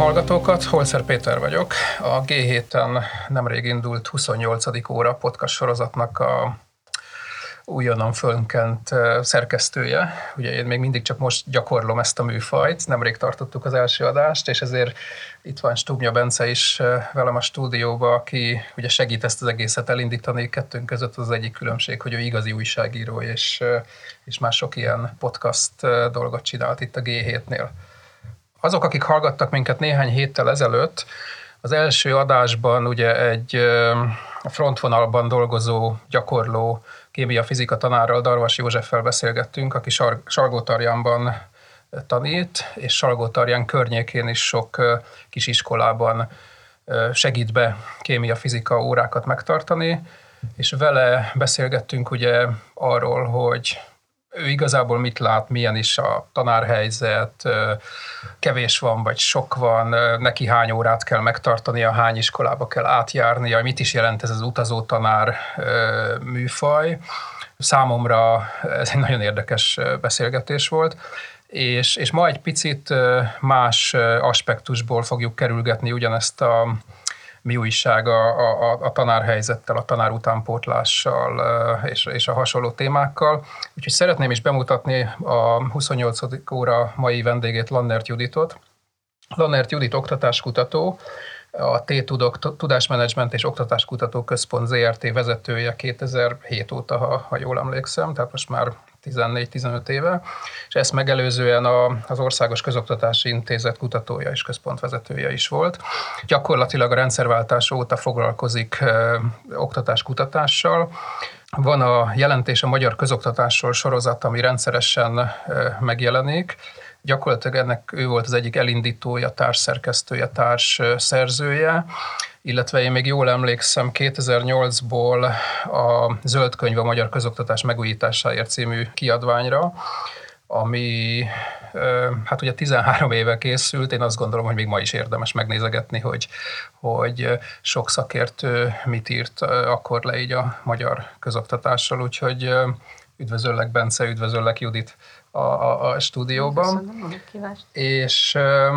hallgatókat, Holzer Péter vagyok. A G7-en nemrég indult 28. óra podcast sorozatnak a újonnan fölkent szerkesztője. Ugye én még mindig csak most gyakorlom ezt a műfajt, nemrég tartottuk az első adást, és ezért itt van Stubnya Bence is velem a stúdióba, aki ugye segít ezt az egészet elindítani. Kettőnk között az egyik különbség, hogy ő igazi újságíró, és már sok ilyen podcast dolgot csinált itt a G7-nél. Azok, akik hallgattak minket néhány héttel ezelőtt, az első adásban ugye egy frontvonalban dolgozó, gyakorló kémia-fizika tanárral, Darvas Józseffel beszélgettünk, aki Salgótarjánban tanít, és Salgótarján környékén is sok kisiskolában segít be kémia-fizika órákat megtartani, és vele beszélgettünk ugye arról, hogy ő igazából mit lát, milyen is a tanárhelyzet, kevés van, vagy sok van, neki hány órát kell megtartania, hány iskolába kell átjárnia, mit is jelent ez az utazó tanár műfaj. Számomra ez egy nagyon érdekes beszélgetés volt, és ma egy picit más aspektusból fogjuk kerülgetni ugyanezt a mi újság a tanárhelyzettel, a tanár utánpótlással és a hasonló témákkal. Úgyhogy szeretném is bemutatni a 28. óra mai vendégét, Lannert Juditot. Lannert Judit oktatáskutató, a T-Tudok Tudásmenedzsment és Oktatáskutató Központ ZRT vezetője 2007 óta, ha jól emlékszem, tehát most már 14-15 éve, és ezt megelőzően az Országos Közoktatási Intézet kutatója és központvezetője is volt. Gyakorlatilag a rendszerváltás óta foglalkozik oktatáskutatással. Van a Jelentés a magyar közoktatásról sorozat, ami rendszeresen megjelenik. Gyakorlatilag ennek ő volt az egyik elindítója, társszerkesztője, társszerzője, illetve én még jól emlékszem 2008-ból a Zöld könyv a magyar közoktatás megújításáért című kiadványra, ami hát ugye 13 éve készült, én azt gondolom, hogy még ma is érdemes megnézegetni, hogy sok szakértő mit írt akkor le így a magyar közoktatásról, úgyhogy üdvözöllek Bence, üdvözöllek Judit a stúdióban. Köszönöm, és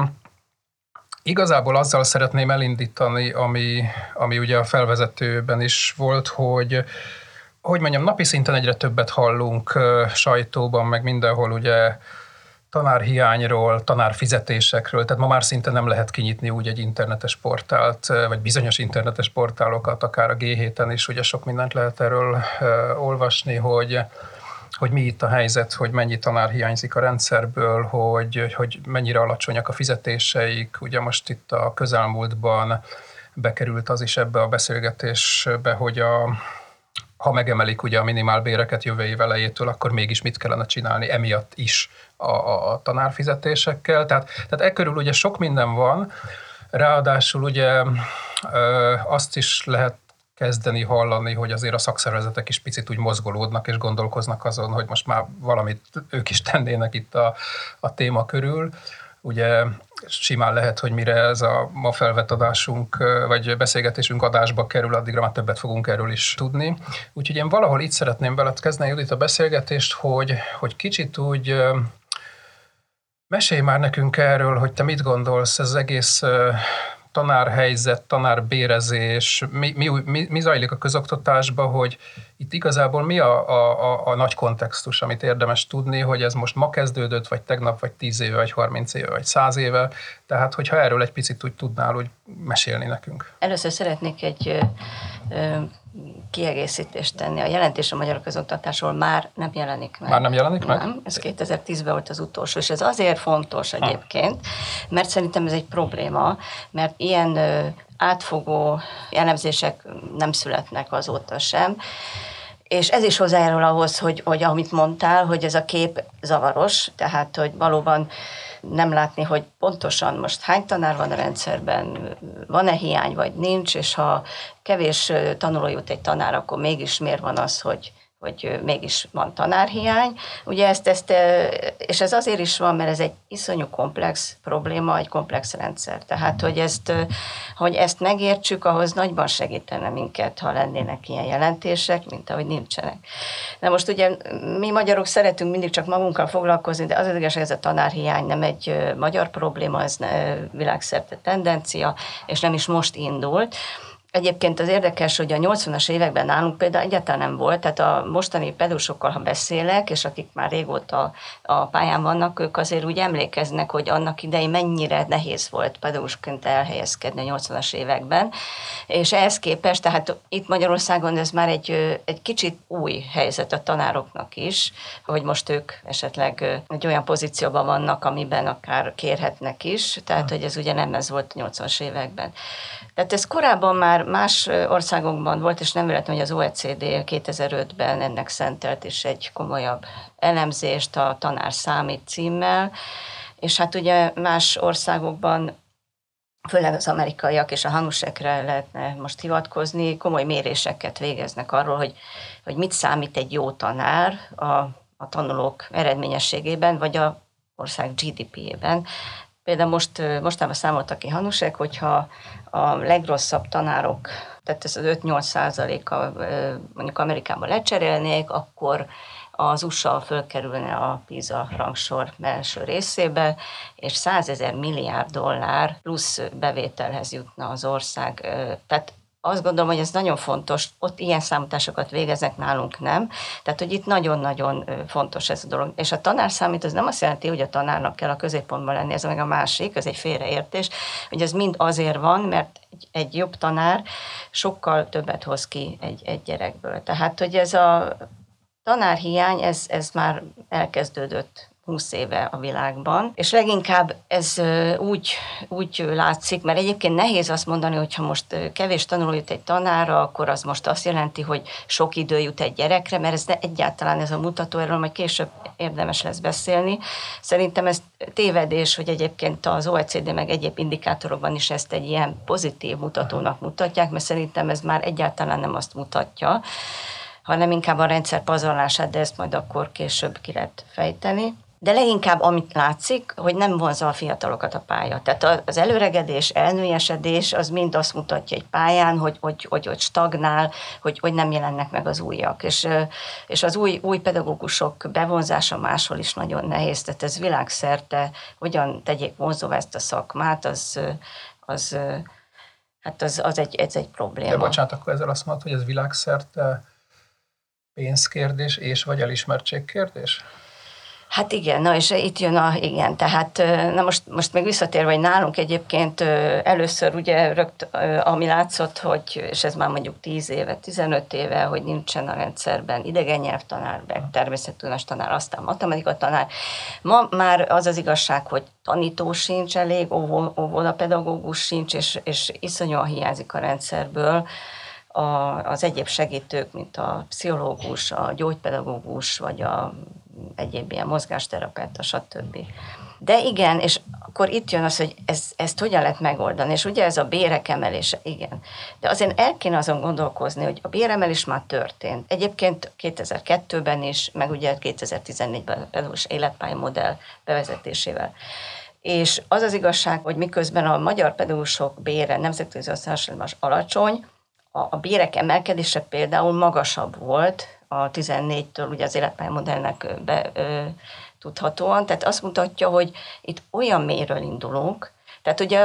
igazából azzal szeretném elindítani, ami ugye a felvezetőben is volt, hogy mondjam, napi szinten egyre többet hallunk sajtóban, meg mindenhol ugye tanárhiányról, tanárfizetésekről, tehát ma már szinte nem lehet kinyitni úgy egy internetes portált, vagy bizonyos internetes portálokat, akár a G7-en is, ugye sok mindent lehet erről olvasni, hogy mi itt a helyzet, hogy mennyi tanár hiányzik a rendszerből, hogy mennyire alacsonyak a fizetéseik. Ugye most itt a közelmúltban bekerült az is ebbe a beszélgetésbe, hogy ha megemelik ugye a minimálbéreket jövő év elejétől, akkor mégis mit kellene csinálni emiatt is a tanárfizetésekkel. Tehát e körül ugye sok minden van, ráadásul ugye azt is lehet kezdeni hallani, hogy azért a szakszervezetek is picit úgy mozgolódnak és gondolkoznak azon, hogy most már valamit ők is tennének itt a téma körül. Ugye simán lehet, hogy mire ez a ma felvett adásunk, vagy beszélgetésünk adásba kerül, addigra már többet fogunk erről is tudni. Úgyhogy én valahol itt szeretném veled kezdeni, Judit, a beszélgetést, hogy kicsit úgy mesélj már nekünk erről, hogy te mit gondolsz, ez az egész tanárhelyzet, tanárbérezés, mi zajlik a közoktatásban, hogy itt igazából mi a nagy kontextus, amit érdemes tudni, hogy ez most ma kezdődött, vagy tegnap, vagy 10 éve, vagy 30 éve, vagy 100 éve, tehát hogyha erről egy picit úgy tudnál úgy mesélni nekünk. Először szeretnék egy kiegészítést tenni. A jelentés a magyar közoktatásról már nem jelenik meg. Már nem jelenik meg? Nem, ez 2010-ben volt az utolsó, és ez azért fontos egyébként, mert szerintem ez egy probléma, mert ilyen átfogó elemzések nem születnek azóta sem, és ez is hozzájárul ahhoz, hogy amit mondtál, hogy ez a kép zavaros, tehát hogy valóban nem látni, hogy pontosan most hány tanár van a rendszerben, van-e hiány, vagy nincs, és ha kevés tanuló jut egy tanár, akkor mégis miért van az, hogy hogy mégis van tanárhiány. Ugye és ez azért is van, mert ez egy iszonyú komplex probléma, egy komplex rendszer. Tehát, hogy ezt megértsük, ahhoz nagyban segítene minket, ha lennének ilyen jelentések, mint ahogy nincsenek. Na most ugye mi magyarok szeretünk mindig csak magunkkal foglalkozni, de az igazság, ez a tanárhiány nem egy magyar probléma, ez világszerte tendencia, és nem is most indult. Egyébként az érdekes, hogy a 80-as években nálunk például egyáltalán nem volt, tehát a mostani pedagógusokkal, ha beszélek, és akik már régóta a pályán vannak, ők azért úgy emlékeznek, hogy annak idején mennyire nehéz volt pedagógusként elhelyezkedni a 80-as években, és ehhez képest, tehát itt Magyarországon ez már egy kicsit új helyzet a tanároknak is, hogy most ők esetleg egy olyan pozícióban vannak, amiben akár kérhetnek is, tehát hogy ez ugye nem ez volt a 80-as években. Tehát ez korábban már más országokban volt, és nem véletlen, hogy az OECD 2005-ben ennek szentelt is egy komolyabb elemzést a Tanár számít címmel, és hát ugye más országokban, főleg az amerikaiak és a hanusekre lehetne most hivatkozni, komoly méréseket végeznek arról, hogy mit számít egy jó tanár a tanulók eredményességében, vagy a ország GDP-ében. Például mostában számoltak ki hanusek, hogyha a legrosszabb tanárok, tehát ez az 5-8%-a mondjuk Amerikában lecserélnék, akkor az USA fölkerülne a PISA rangsor első részébe, és $100 milliárd plusz bevételhez jutna az ország. Tehát azt gondolom, hogy ez nagyon fontos, ott ilyen számításokat végeznek, nálunk nem. Tehát, hogy itt nagyon-nagyon fontos ez a dolog. És a tanárszámít, az nem azt jelenti, hogy a tanárnak kell a középpontban lenni, ez meg a másik, ez egy félreértés, hogy ez mind azért van, mert egy jobb tanár sokkal többet hoz ki egy gyerekből. Tehát, hogy ez a tanárhiány, ez már elkezdődött 20 éve a világban, és leginkább ez úgy látszik, mert egyébként nehéz azt mondani, hogy ha most kevés tanuló jut egy tanára, akkor az most azt jelenti, hogy sok idő jut egy gyerekre, mert ez egyáltalán ez a mutató, erről majd később érdemes lesz beszélni. Szerintem ez tévedés, hogy egyébként az OECD meg egyéb indikátorokban is ezt egy ilyen pozitív mutatónak mutatják, mert szerintem ez már egyáltalán nem azt mutatja, hanem inkább a rendszer pazarlását, de ezt majd akkor később ki lehet fejteni. De leginkább amit látszik, hogy nem vonzza a fiatalokat a pálya. Tehát az előregedés, elnőjesedés, az mind azt mutatja egy pályán, hogy stagnál, hogy nem jelennek meg az újak. És az új pedagógusok bevonzása máshol is nagyon nehéz. Tehát ez világszerte, hogyan tegyék vonzóvá ezt a szakmát, ez egy probléma. De bocsánat, akkor ezzel azt mondod, hogy ez világszerte pénzkérdés és vagy elismertség kérdés? Hát igen, na és itt jön igen, tehát na most még visszatérve, hogy nálunk egyébként először ugye ami látszott, hogy, és ez már mondjuk 10 éve, 15 éve, hogy nincsen a rendszerben idegen nyelvtanár, természettudományos tanár, aztán matematika tanár. Ma már az az igazság, hogy tanító sincs elég, óvodapedagógus sincs, és iszonyúan hiányzik a rendszerből az egyéb segítők, mint a pszichológus, a gyógypedagógus, vagy a egyéb ilyen mozgásterapeuta, stb. De igen, és akkor itt jön az, hogy ezt hogyan lehet megoldani, és ugye ez a bérek emelése, igen. De azért el kéne azon gondolkozni, hogy a béremelés már történt. Egyébként 2002-ben is, meg ugye 2014-ben a pedagógus életpályamodell bevezetésével. És az az igazság, hogy miközben a magyar pedagógusok bére nemzetközi összehasonlításban alacsony, a bérek emelkedése például magasabb volt a 14-től ugye az életpályamodellnek tudhatóan, tehát azt mutatja, hogy itt olyan mélyről indulunk, tehát ugye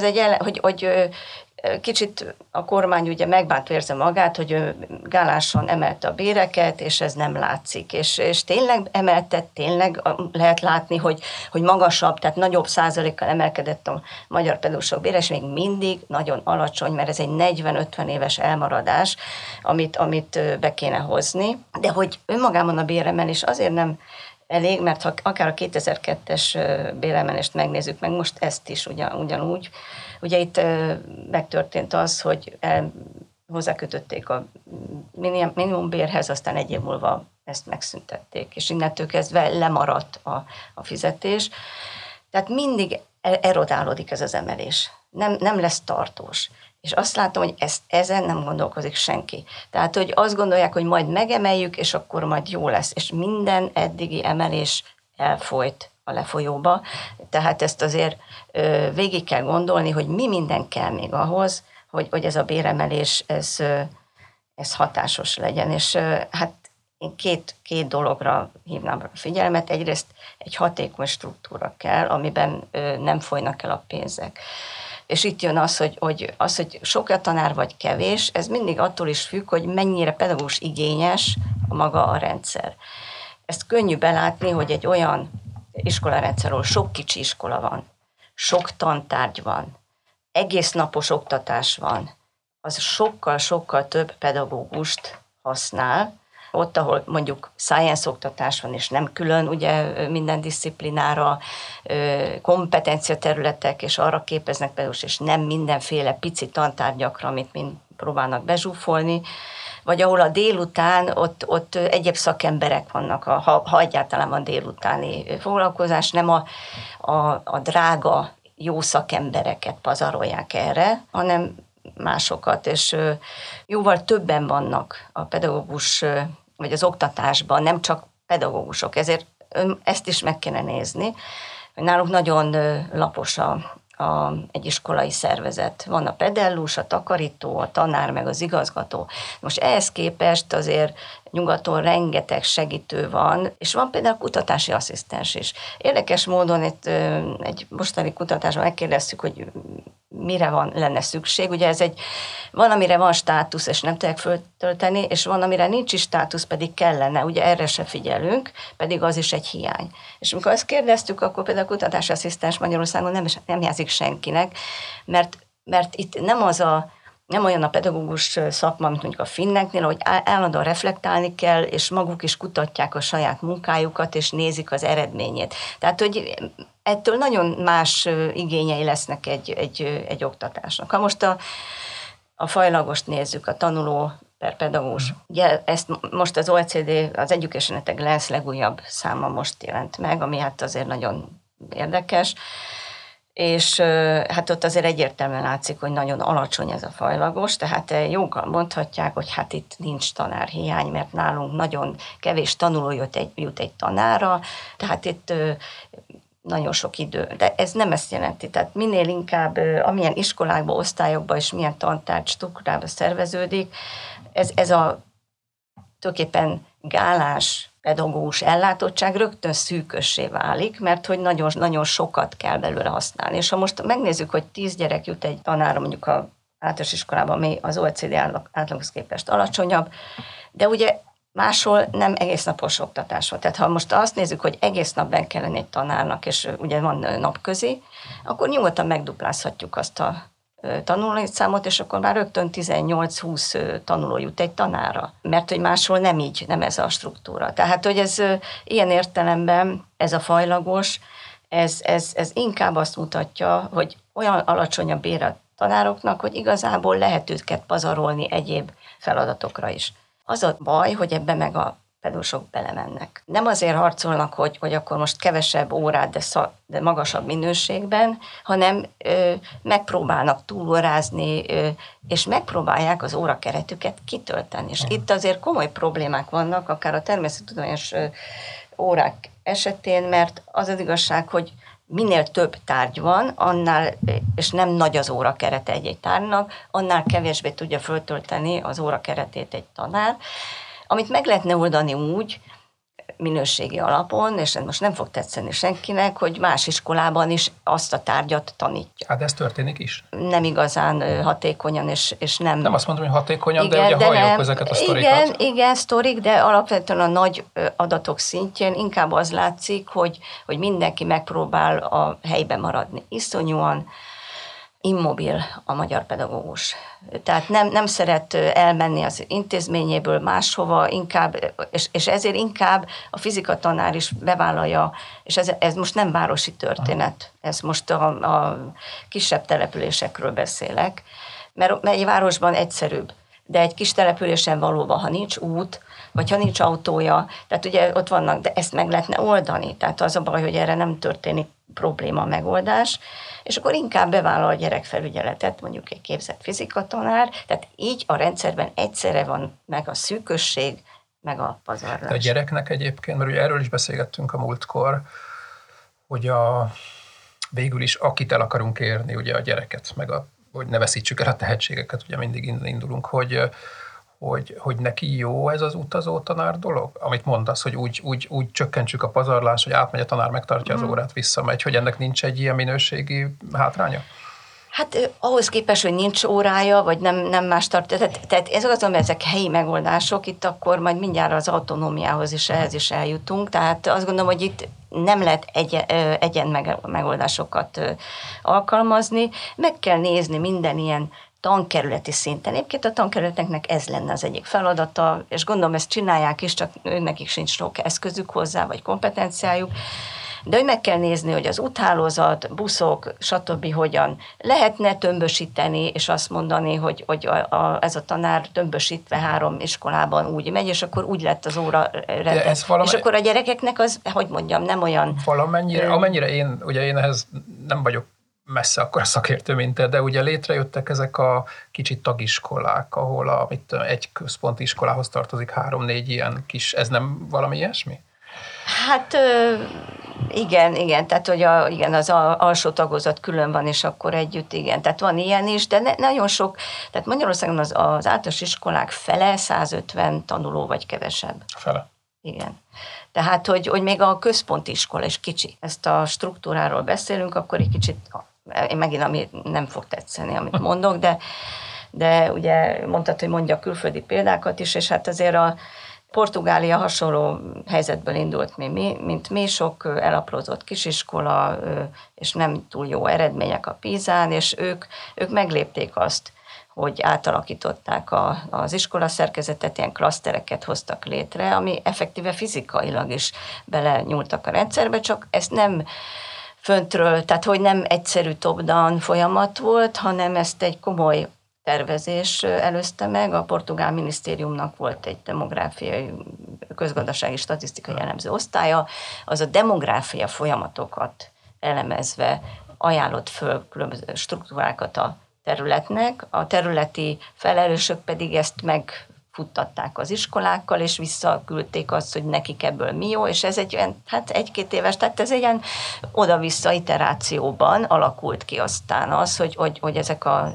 hogy kicsit a kormány ugye megbántva érzi magát, hogy ő gálásan emelte a béreket, és ez nem látszik. És tényleg emeltet, tényleg lehet látni, hogy magasabb, tehát nagyobb százalékkal emelkedett a magyar pedagógusok bére, és még mindig nagyon alacsony, mert ez egy 40-50 éves elmaradás, amit be kéne hozni. De hogy önmagában a béremelés azért nem elég, mert ha akár a 2002-es béremelést megnézzük, meg most ezt is ugyanúgy, ugye itt megtörtént az, hogy hozzákötötték a minimumbérhez, aztán egy év múlva ezt megszüntették, és innentől kezdve lemaradt a fizetés. Tehát mindig erodálódik ez az emelés. Nem lesz tartós. És azt látom, hogy ezen nem gondolkozik senki. Tehát, hogy azt gondolják, hogy majd megemeljük, és akkor majd jó lesz. És minden eddigi emelés elfolyt a lefolyóba. Tehát ezt azért végig kell gondolni, hogy mi minden kell még ahhoz, hogy ez a béremelés, ez hatásos legyen. És hát én két dologra hívnám a figyelmet. Egyrészt egy hatékony struktúra kell, amiben nem folynak el a pénzek. És itt jön az, hogy sok a tanár vagy kevés, ez mindig attól is függ, hogy mennyire pedagógus igényes maga a rendszer. Ezt könnyű belátni, hogy egy olyan iskolarendszerről sok kicsi iskola van, sok tantárgy van, egész napos oktatás van, az sokkal-sokkal több pedagógust használ. Ott, ahol mondjuk science oktatás van, és nem külön ugye minden diszciplinára, kompetencia területek, és arra képeznek például, és nem mindenféle pici tantárgyakra, amit mind próbálnak bezsúfolni, vagy ahol a délután ott egyéb szakemberek vannak, ha egyáltalán van délutáni foglalkozás, nem a drága jó szakembereket pazarolják erre, hanem másokat, és jóval többen vannak a pedagógus vagy az oktatásban, nem csak pedagógusok, ezért ezt is meg kéne nézni, hogy nálunk nagyon lapos egy iskolai szervezet. Van a pedellus, a takarító, a tanár, meg az igazgató. Most ehhez képest azért nyugaton rengeteg segítő van, és van például kutatási asszisztens is. Érdekes módon itt egy mostani kutatásban megkérdeztük, hogy mire lenne szükség. Ugye van, amire van státusz, és nem tudják föltölteni, és van, amire nincs is státusz, pedig kellene. Ugye erre se figyelünk, pedig az is egy hiány. És amikor azt kérdeztük, akkor például a kutatási asszisztens Magyarországon nem jelzik senkinek, mert itt nem olyan a pedagógus szakma, mint mondjuk a finneknél, hogy állandóan reflektálni kell, és maguk is kutatják a saját munkájukat, és nézik az eredményét. Tehát, hogy ettől nagyon más igényei lesznek egy oktatásnak. Ha most a fajlagost nézzük, a tanuló per pedagógus. Ugye ezt most az OECD, az Education at a Glance legújabb száma most jelent meg, ami hát azért nagyon érdekes, és hát ott azért egyértelműen látszik, hogy nagyon alacsony ez a fajlagos, tehát joggal mondhatják, hogy hát itt nincs tanárhiány, mert nálunk nagyon kevés tanuló jut egy tanára, tehát itt nagyon sok idő. De ez nem ezt jelenti, tehát minél inkább, amilyen iskolákban, osztályokban és milyen tantárgy struktúrában szerveződik, ez a tulajdonképpen gálás pedagógus ellátottság rögtön szűkössé válik, mert hogy nagyon sokat kell belőle használni. És ha most megnézzük, hogy 10 gyerek jut egy tanára, mondjuk az általános iskolában, ami az OECD átlaghoz képest alacsonyabb, de ugye máshol nem egész napos oktatás van. Tehát ha most azt nézzük, hogy egész nap benn kell lenni egy tanárnak, és ugye van napközi, akkor nyugodtan megduplázhatjuk azt a tanulólétszámot, és akkor már rögtön 18-20 tanuló jut egy tanára. Mert hogy máshol nem ez a struktúra. Tehát, hogy ez ilyen értelemben, ez a fajlagos, ez inkább azt mutatja, hogy olyan alacsony a bére a tanároknak, hogy igazából lehet őket pazarolni egyéb feladatokra is. Az a baj, hogy ebbe meg a pedagógusok belemennek. Nem azért harcolnak, hogy akkor most kevesebb órát, de magasabb minőségben, hanem megpróbálnak túlórázni, és megpróbálják az órakeretüket kitölteni. És itt azért komoly problémák vannak, akár a természettudományos órák esetén, mert az az igazság, hogy minél több tárgy van, annál, és nem nagy az órakerete egy tárgynak, annál kevésbé tudja föltölteni az órakeretét egy tanár, amit meg lehetne oldani úgy, minőségi alapon, és ez most nem fog tetszeni senkinek, hogy más iskolában is azt a tárgyat tanítja. Hát ez történik is. Nem igazán hatékonyan, és nem... Nem azt mondom, hogy hatékonyan, igen, de ugye halljuk ezeket a sztorikat. Igen, sztorik, de alapvetően a nagy adatok szintjén inkább az látszik, hogy mindenki megpróbál a helyben maradni. Iszonyúan immobil a magyar pedagógus. Tehát nem szeret elmenni az intézményéből máshova, inkább, és ezért inkább a fizika tanár is bevállalja, és ez most nem városi történet, ez most a kisebb településekről beszélek, mert egy városban egyszerűbb. de egy kis településen valóban, ha nincs út, vagy ha nincs autója, tehát ugye ott vannak, de ezt meg lehetne oldani. Tehát az a baj, hogy erre nem történik probléma megoldás, és akkor inkább bevállal a gyerekfelügyeletet, mondjuk egy képzett fizikatanár, tehát így a rendszerben egyszerre van meg a szűkösség, meg a pazarlás. De a gyereknek egyébként, mert ugye erről is beszélgettünk a múltkor, hogy végül is akit el akarunk érni, ugye a gyereket, meg hogy ne veszítsük el a tehetségeket, ugye mindig indulunk, hogy neki jó ez az utazó tanár dolog? Amit mondasz, hogy úgy csökkentsük a pazarlást, hogy átmegy a tanár, megtartja az órát, visszamegy, hogy ennek nincs egy ilyen minőségi hátránya? Hát ahhoz képest, hogy nincs órája, vagy nem más tartja. Tehát ez az, hogy ezek helyi megoldások, itt akkor majd mindjárt az autonómiához is, ehhez is eljutunk. Tehát azt gondolom, hogy itt nem lehet egyen megoldásokat alkalmazni. Meg kell nézni minden ilyen tankerületi szinten. Egyébként a tankerületeknek ez lenne az egyik feladata, és gondolom ezt csinálják is, csak nekik sincs sok eszközük hozzá, vagy kompetenciájuk. De hogy meg kell nézni, hogy az úthálózat, buszok, stb. Hogyan lehetne tömbösíteni, és azt mondani, hogy ez a tanár tömbösítve 3 iskolában úgy megy, és akkor úgy lett az óra rendes. És akkor a gyerekeknek az, hogy mondjam, nem olyan... Amennyire én ehhez nem vagyok messze akkora szakértő, mint te, de ugye létrejöttek ezek a kicsit tagiskolák, ahol egy központi iskolához tartozik 3-4 ilyen kis, ez nem valami ilyesmi? Hát igen, tehát hogy az alsó tagozat külön van, és akkor együtt, igen, tehát van ilyen is, de nagyon sok, tehát Magyarországon az általános iskolák fele 150 tanuló vagy kevesebb. Fele. Igen. Tehát, hogy még a központi iskola is kicsi. Ezt a struktúráról beszélünk, akkor egy kicsit, megint ami nem fog tetszeni, amit mondok, de ugye mondtad, hogy mondja a külföldi példákat is, és hát azért a Portugália hasonló helyzetből indult, mint mi, sok elaprózott kisiskola, és nem túl jó eredmények a PISA-n, és ők meglépték azt, hogy átalakították az iskola szerkezetet, ilyen klasztereket hoztak létre, ami effektíve fizikailag is belenyúltak a rendszerbe, csak ezt nem föntről, tehát hogy nem egyszerű top-down folyamat volt, hanem ezt egy komoly tervezés előzte meg. A portugál minisztériumnak volt egy demográfiai, közgazdasági statisztikai elemző osztálya, az a demográfia folyamatokat elemezve ajánlott föl különböző struktúrákat a területnek, a területi felelősök pedig ezt megfuttatták az iskolákkal, és visszaküldték azt, hogy nekik ebből mi jó, és ez egy olyan, 1-2 éves, tehát ez egy ilyen oda-vissza iterációban alakult ki aztán az, hogy ezek a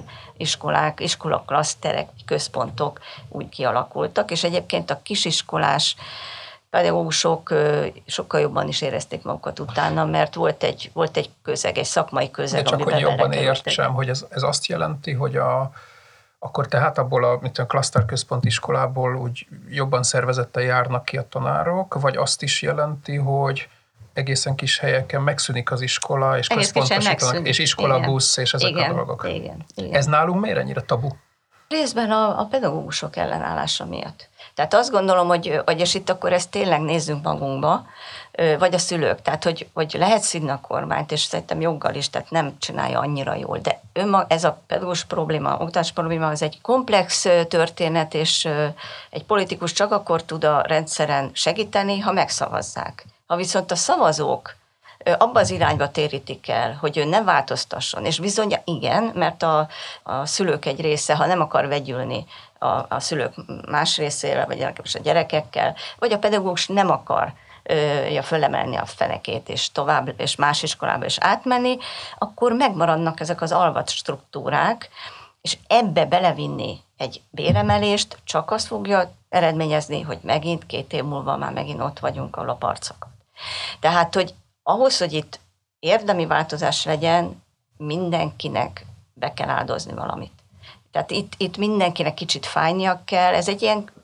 iskola-klaszterek, központok úgy kialakultak, és egyébként a kisiskolás pedagógusok sokkal jobban is érezték magukat utána, mert volt egy közeg, egy szakmai közeg, de csak hogy jobban értsem, hogy ez azt jelenti, hogy akkor tehát abból a klaszter központi iskolából úgy jobban szervezetten járnak ki a tanárok, vagy azt is jelenti, hogy egészen kis helyeken megszűnik az iskola, és központosítanak, és iskolabusz, és ezek a dolgok. Igen. Ez nálunk miért ennyire tabu? Részben a pedagógusok ellenállása miatt. Tehát azt gondolom, hogy és itt akkor ezt tényleg nézzünk magunkba, vagy a szülők, tehát hogy lehet szidni a kormányt, és szerintem joggal is, tehát nem csinálja annyira jól, de ez a pedagógus probléma, oktatás probléma, az egy komplex történet, és egy politikus csak akkor tud a rendszeren segíteni, ha megszavazzák. Ha viszont a szavazók abba az irányba térítik el, hogy ő ne változtasson, és bizony igen, mert a szülők egy része, ha nem akar vegyülni a szülők más részével, vagy a gyerekekkel, vagy a pedagógus nem akar fölemelni a fenekét, és tovább, és más iskolába is átmenni, akkor megmaradnak ezek az alvat struktúrák, és ebbe belevinni egy béremelést csak azt fogja eredményezni, hogy megint 2 év múlva már megint ott vagyunk a laparcokat. Tehát, hogy ahhoz, hogy itt érdemi változás legyen, mindenkinek be kell áldozni valamit. Tehát itt mindenkinek kicsit fájnia kell, ez egy ilyen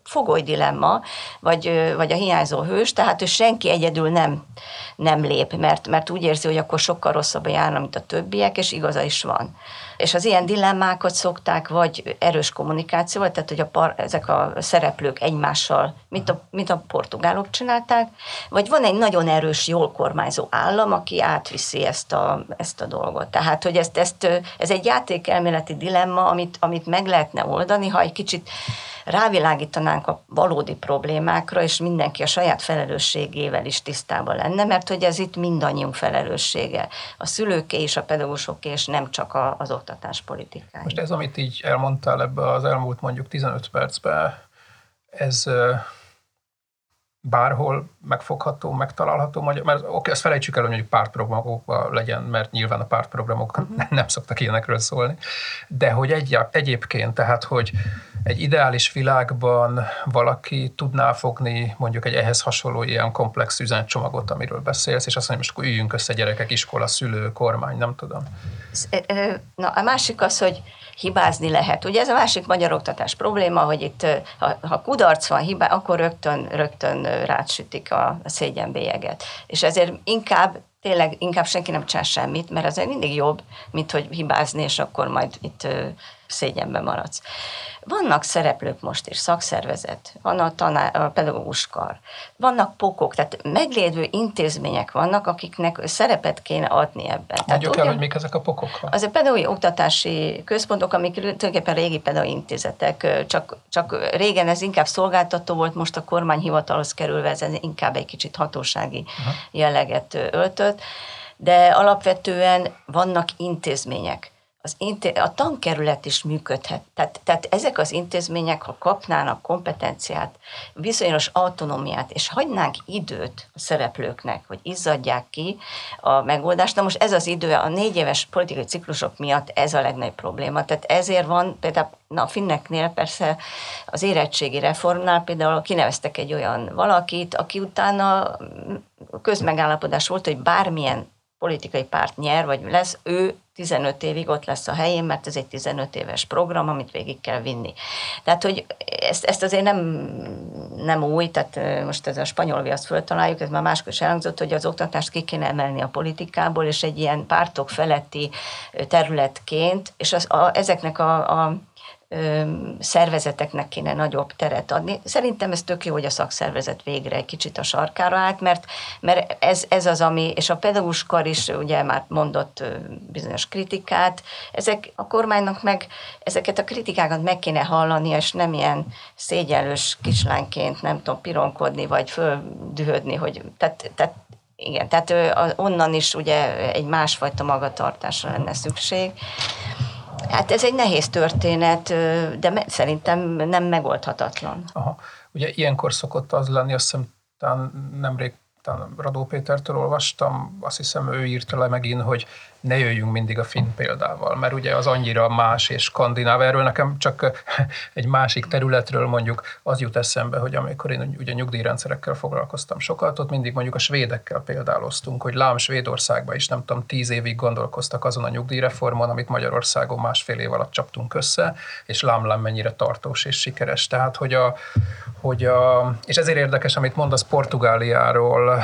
fogoly dilemma, vagy a hiányzó hős, tehát ő senki egyedül nem lép, mert úgy érzi, hogy akkor sokkal rosszabb járna, mint a többiek, és igaza is van. És az ilyen dilemmákat szokták vagy erős kommunikációval, tehát hogy ezek a szereplők egymással, mint a portugálok csinálták, vagy van egy nagyon erős, jól kormányzó állam, aki átviszi ezt a dolgot. Tehát, hogy ez egy játékelméleti dilemma, amit meg lehetne oldani, ha egy kicsit rávilágítanánk a valódi problémákra, és mindenki a saját felelősségével is tisztában lenne, mert hogy ez itt mindannyiunk felelőssége. A szülőké és a pedagógusoké, és nem csak az oktatáspolitikája. Most ez, amit így elmondtál ebbe az elmúlt mondjuk 15 percben, ez bárhol megfogható, megtalálható, mert oké, azt felejtsük el, hogy mondjuk pártprogramokban legyen, mert nyilván a pártprogramok nem szoktak ilyenekről szólni, de hogy egyébként, tehát, hogy egy ideális világban valaki tudná fogni mondjuk egy ehhez hasonló ilyen komplex üzenetcsomagot, amiről beszélsz, és azt mondja, most akkor üljünk össze gyerekek, iskola, szülő, kormány, nem tudom. Na, a másik az, hogy hibázni lehet. Ugye ez a másik magyar oktatás probléma, hogy itt, ha kudarc van, akkor rögtön rátsütik a szégyenbélyeget. És ezért inkább senki nem csinál semmit, mert azért mindig jobb, mint hogy hibázni, és akkor majd itt szégyenben maradsz. Vannak szereplők most is, szakszervezet, van a pedagógus kar, vannak pokok, tehát meglévő intézmények vannak, akiknek szerepet kéne adni ebben. Mondjuk el, hogy mik ezek a pokok? Az a pedagógiai oktatási központok, amik tulajdonképpen régi pedagógiai intézetek, csak régen ez inkább szolgáltató volt, most a kormányhivatalhoz kerülve ez inkább egy kicsit hatósági jelleget öltött, de alapvetően vannak intézmények. A tankerület is működhet. Tehát ezek az intézmények, ha kapnának kompetenciát, bizonyos autonómiát, és hagynánk időt a szereplőknek, hogy izzadják ki a megoldást. Na most ez az idő, a 4 éves politikai ciklusok miatt ez a legnagyobb probléma. Tehát ezért van, például a finneknél persze az érettségi reformnál például kineveztek egy olyan valakit, aki utána közmegállapodás volt, hogy bármilyen politikai párt nyer, vagy lesz, ő 15 évig ott lesz a helyén, mert ez egy 15 éves program, amit végig kell vinni. Tehát, hogy ezt azért nem új, tehát most ez a spanyol viaszt föltaláljuk, ez már máskor is elhangzott, hogy az oktatást ki kéne emelni a politikából, és egy ilyen pártok feletti területként, és ezeknek a szervezeteknek kéne nagyobb teret adni. Szerintem ez tök jó, hogy a szakszervezet végre egy kicsit a sarkára állt, mert ez az, ami, és a pedagógus kar is ugye már mondott bizonyos kritikát, a kormánynak meg ezeket a kritikákat meg kéne hallani, és nem ilyen szégyellős kislányként, nem tudom, pironkodni, vagy földühödni, hogy igen, tehát onnan is ugye egy másfajta magatartásra lenne szükség. Hát ez egy nehéz történet, de szerintem nem megoldhatatlan. Aha. Ugye ilyenkor szokott az lenni, azt hiszem, nemrég Radó Pétertől olvastam, azt hiszem ő írta le megint, hogy ne jöjjünk mindig a finn példával, mert ugye az annyira más és skandináv. Erről nekem csak egy másik területről mondjuk az jut eszembe, hogy amikor én ugye nyugdíjrendszerekkel foglalkoztam sokat, ott mindig mondjuk a svédekkel példáloztunk, hogy lám Svédországban is nem tudom 10 évig gondolkoztak azon a nyugdíjreformon, amit Magyarországon 1,5 év alatt csaptunk össze, és lám mennyire tartós és sikeres. Tehát, és ezért érdekes, amit mondasz Portugáliáról,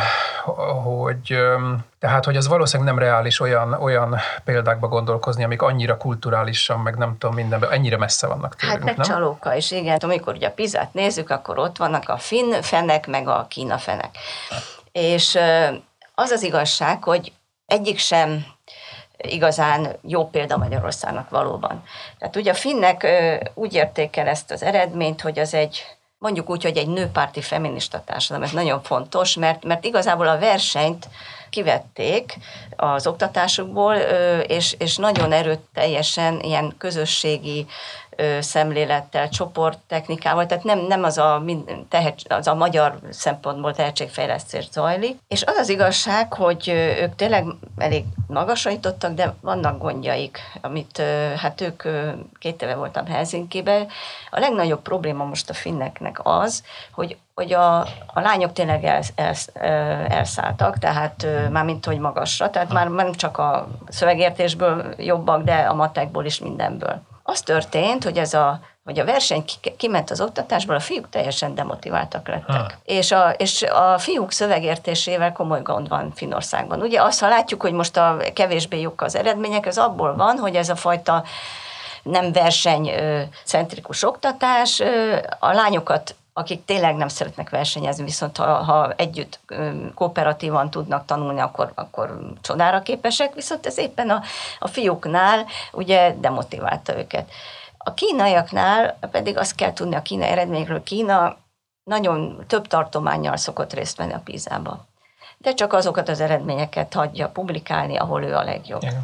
hogy az valószínűleg nem reális olyan példákba gondolkozni, amik annyira kulturálisan, meg nem tudom mindenben, ennyire messze vannak tőlünk, hát meg nem? Csalóka is, igen. Amikor ugye a Pizát nézzük, akkor ott vannak a finn fenek, meg a Kína fenek. És az az igazság, hogy egyik sem igazán jó példa Magyarországnak valóban. Tehát ugye a finnek úgy érték el ezt az eredményt, hogy az mondjuk úgy, hogy egy nőpárti feminista társadalom, ez nagyon fontos, mert igazából a versenyt kivették az oktatásukból, és nagyon erőteljesen ilyen közösségi szemlélettel, csoporttechnikával, tehát nem az a magyar szempontból tehetségfejlesztés zajlik. És az az igazság, hogy ők tényleg elég magasra jutottak, de vannak gondjaik, amit hát ők 2 éve voltam Helsinkiben. A legnagyobb probléma most a finneknek az, hogy a lányok tényleg elszálltak, tehát mármint hogy magasra, tehát már nem csak a szövegértésből jobbak, de a matekból is mindenből. Az történt, hogy hogy a verseny kiment az oktatásból, a fiúk teljesen demotiváltak lettek. És a fiúk szövegértésével komoly gond van Finnországban. Ugye azt, ha látjuk, hogy most a kevésbé jók az eredmények, ez abból van, hogy ez a fajta nem versenycentrikus oktatás, a lányokat, akik tényleg nem szeretnek versenyezni, viszont ha együtt kooperatívan tudnak tanulni, akkor csodára képesek, viszont ez éppen a fiúknál ugye demotiválta őket. A kínaiaknál pedig azt kell tudni a kínai eredményekről, Kína nagyon több tartománnyal szokott részt venni a PISA-ba. De csak azokat az eredményeket hagyja publikálni, ahol ő a legjobb. Igen.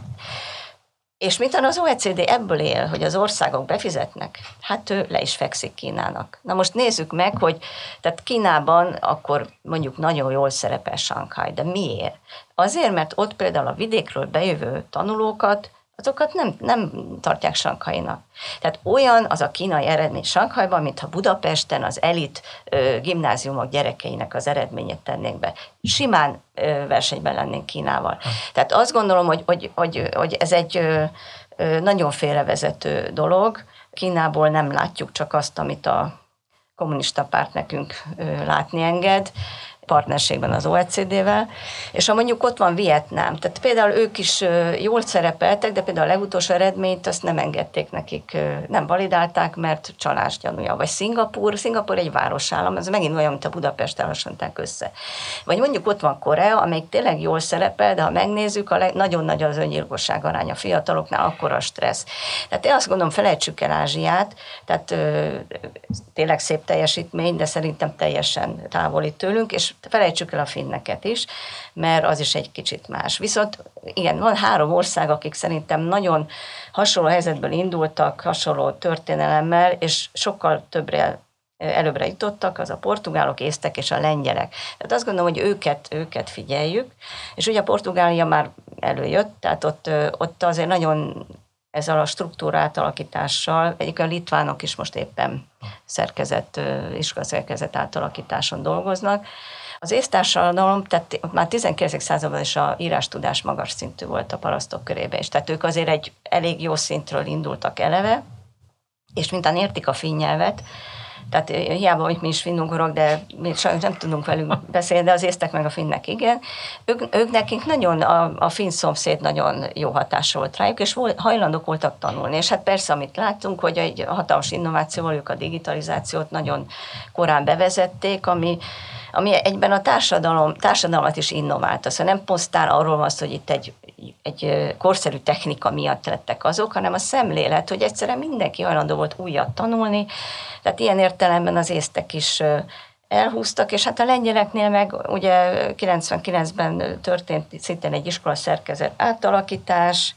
És miután az OECD ebből él, hogy az országok befizetnek, hát ő le is fekszik Kínának. Na most nézzük meg, hogy tehát Kínában akkor mondjuk nagyon jól szerepel Sanghaj, de miért? Azért, mert ott például a vidékről bejövő tanulókat, azokat nem tartják Sanghajnak. Tehát olyan az a kínai eredmény Sanghajban, mintha Budapesten az elit gimnáziumok gyerekeinek az eredményét tennénk be. Simán versenyben lennénk Kínával. Tehát azt gondolom, hogy ez egy nagyon félrevezető dolog. Kínából nem látjuk csak azt, amit a kommunista párt nekünk látni enged, partnerségben az OECD-vel, és ha mondjuk ott van Vietnám, tehát például ők is jól szerepeltek, de például a legutolsó eredményt azt nem engedték nekik, nem validálták, mert csalás gyanúja. Vagy Szingapúr egy városállam, ez megint olyan, mint a Budapest, hasonlíták össze. Vagy mondjuk ott van Korea, amelyik tényleg jól szerepel, de ha megnézzük, nagyon nagy az öngyilkosság aránya a fiataloknál, akkor a stressz. Tehát én azt gondolom, felejtsük el Ázsiát, tehát tényleg szép teljesítmény, de szerintem teljesen távoli tőlünk, és felejtsük el a finneket is, mert az is egy kicsit más. Viszont igen, van 3 ország, akik szerintem nagyon hasonló helyzetből indultak, hasonló történelemmel, és sokkal előbbre jutottak, az a portugálok, észtek és a lengyelek. Tehát azt gondolom, hogy őket figyeljük, és ugye a Portugália már előjött, tehát ott azért nagyon ezzel a struktúra átalakítással, egyébként a litvánok is most éppen iskolaszerkezet átalakításon dolgoznak. Az észtársadalom, tehát már 19. században is a írástudás magas szintű volt a parasztok körében is. Tehát ők azért egy elég jó szintről indultak eleve, és mintán értik a finn nyelvet, tehát hiába, hogy mi is finnugorok, de mi sajnos nem tudunk velünk beszélni, de az észtek meg a finnek igen. Ők nekik nagyon, a finn szomszéd nagyon jó hatás volt rájuk, és hajlandók voltak tanulni. És hát persze, amit látunk, hogy egy hatalmas innovációval ők a digitalizációt nagyon korán bevezették, ami egyben a társadalmat is innoválta. Szóval nem pusztán arról van szó, hogy itt egy korszerű technika miatt lettek azok, hanem a szemlélet, hogy egyszerűen mindenki hajlandó volt újat tanulni, tehát ilyen értelemben az észtek is elhúztak, és hát a lengyeleknél meg ugye 99-ben történt szintén egy iskolaszerkezet átalakítás,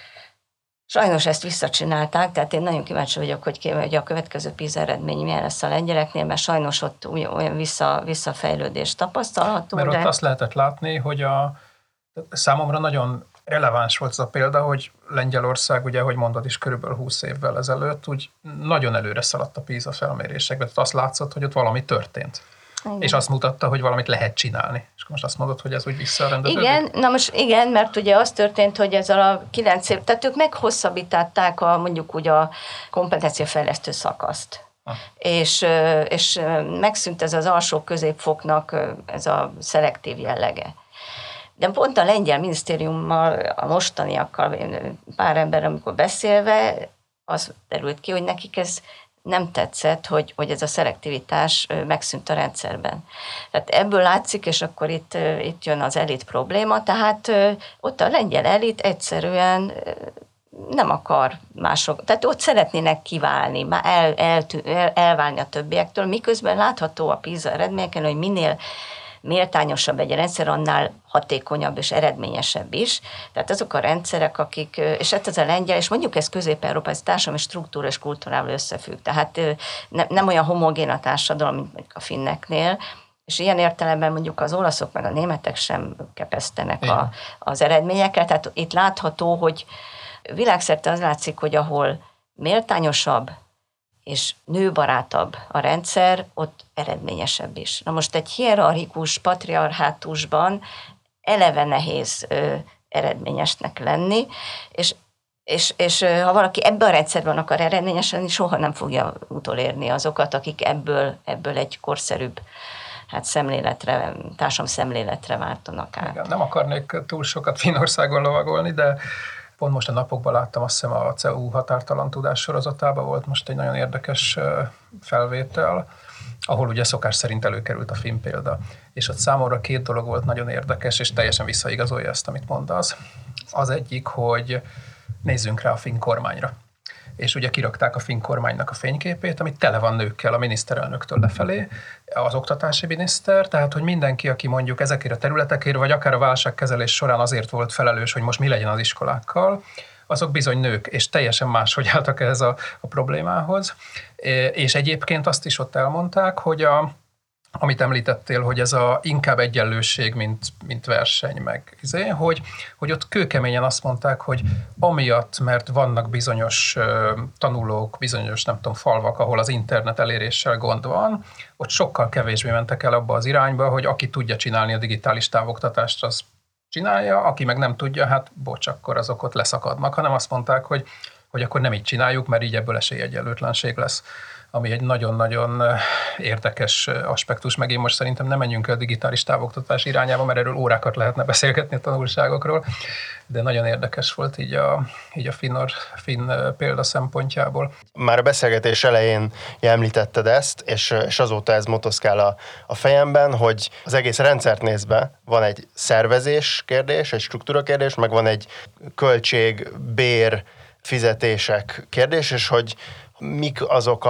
sajnos ezt visszacsinálták, tehát én nagyon kíváncsi vagyok, hogy a következő PISA eredmény milyen lesz a lengyeleknél, mert sajnos ott olyan visszafejlődés tapasztalható. Mert ott azt lehetett látni, hogy számomra nagyon releváns volt az a példa, hogy Lengyelország, ugye, ahogy mondod is, körülbelül 20 évvel ezelőtt, úgy nagyon előre szaladt a PISA felmérésekben, tehát azt látszott, hogy ott valami történt. Igen. És azt mutatta, hogy valamit lehet csinálni. És most azt mondod, hogy ez úgy visszarendeződik? Igen, na most igen, mert ugye az történt, hogy ezzel a 9 év, tehát ők meghosszabbították mondjuk úgy a kompetenciafejlesztő szakaszt. És megszűnt ez az alsó középfoknak ez a szelektív jellege. De pont a lengyel minisztériummal, a mostaniakkal, pár emberrel, amikor beszélve, az derült ki, hogy nekik ez nem tetszett, hogy ez a szelektivitás megszűnt a rendszerben. Tehát ebből látszik, és akkor itt jön az elit probléma, tehát ott a lengyel elit egyszerűen nem akar mások, tehát ott szeretnének kiválni, már elválni a többiektől, miközben látható a PISA eredményeken, hogy minél méltányosabb egy rendszer, annál hatékonyabb és eredményesebb is. Tehát azok a rendszerek, akik, és ez a lengyel, és mondjuk ez Közép-Európa, ez társadalmi struktúra és kultúrával összefügg. Tehát nem olyan homogén a társadalom, mint a finneknél, és ilyen értelemben mondjuk az olaszok meg a németek sem kepesztenek az eredményekkel. Tehát itt látható, hogy világszerte az látszik, hogy ahol méltányosabb és nőbarátabb a rendszer, ott eredményesebb is. Na most egy hierarchikus patriarhátusban eleve nehéz eredményesnek lenni, és És ha valaki ebben a rendszerben akar eredményesen, soha nem fogja utolérni azokat, akik ebből egy korszerűbb szemléletre, társadalom szemléletre váltanak át. Igen, nem akarnék túl sokat Finnországon lovagolni, de pont most a napokban láttam, azt hiszem a CEU határtalan tudás sorozatában volt most egy nagyon érdekes felvétel, ahol ugye szokás szerint előkerült a finn példa. És ott számomra 2 dolog volt nagyon érdekes, és teljesen visszaigazolja ezt, amit mondasz. Az egyik, hogy nézzünk rá a finn kormányra. És ugye kirakták a finn kormánynak a fényképét, ami tele van nőkkel a miniszterelnöktől lefelé, az oktatási miniszter, tehát hogy mindenki, aki mondjuk ezekért a területekért, vagy akár a válságkezelés során azért volt felelős, hogy most mi legyen az iskolákkal, azok bizony nők, és teljesen máshogy álltak ehhez a problémához. És egyébként azt is ott elmondták, hogy amit említettél, hogy ez inkább egyenlőség, mint verseny, meg hogy ott kőkeményen azt mondták, hogy amiatt, mert vannak bizonyos tanulók, bizonyos, nem tudom, falvak, ahol az internet eléréssel gond van, ott sokkal kevésbé mentek el abba az irányba, hogy aki tudja csinálni a digitális távoktatást, az csinálja, aki meg nem tudja, hát bocs, akkor azok ott leszakadnak, hanem azt mondták, hogy akkor nem így csináljuk, mert így ebből esélyegyenlőtlenség lesz, ami egy nagyon-nagyon érdekes aspektus, meg én most szerintem nem menjünk el a digitális távoktatás irányába, mert erről órákat lehetne beszélgetni a tanulságokról, de nagyon érdekes volt így a finn példa szempontjából. Már a beszélgetés elején említetted ezt, és azóta ez motoszkál a fejemben, hogy az egész rendszert nézve van egy szervezés kérdés, egy struktúra kérdés, meg van egy költség, bér, fizetések kérdés, és hogy mik azok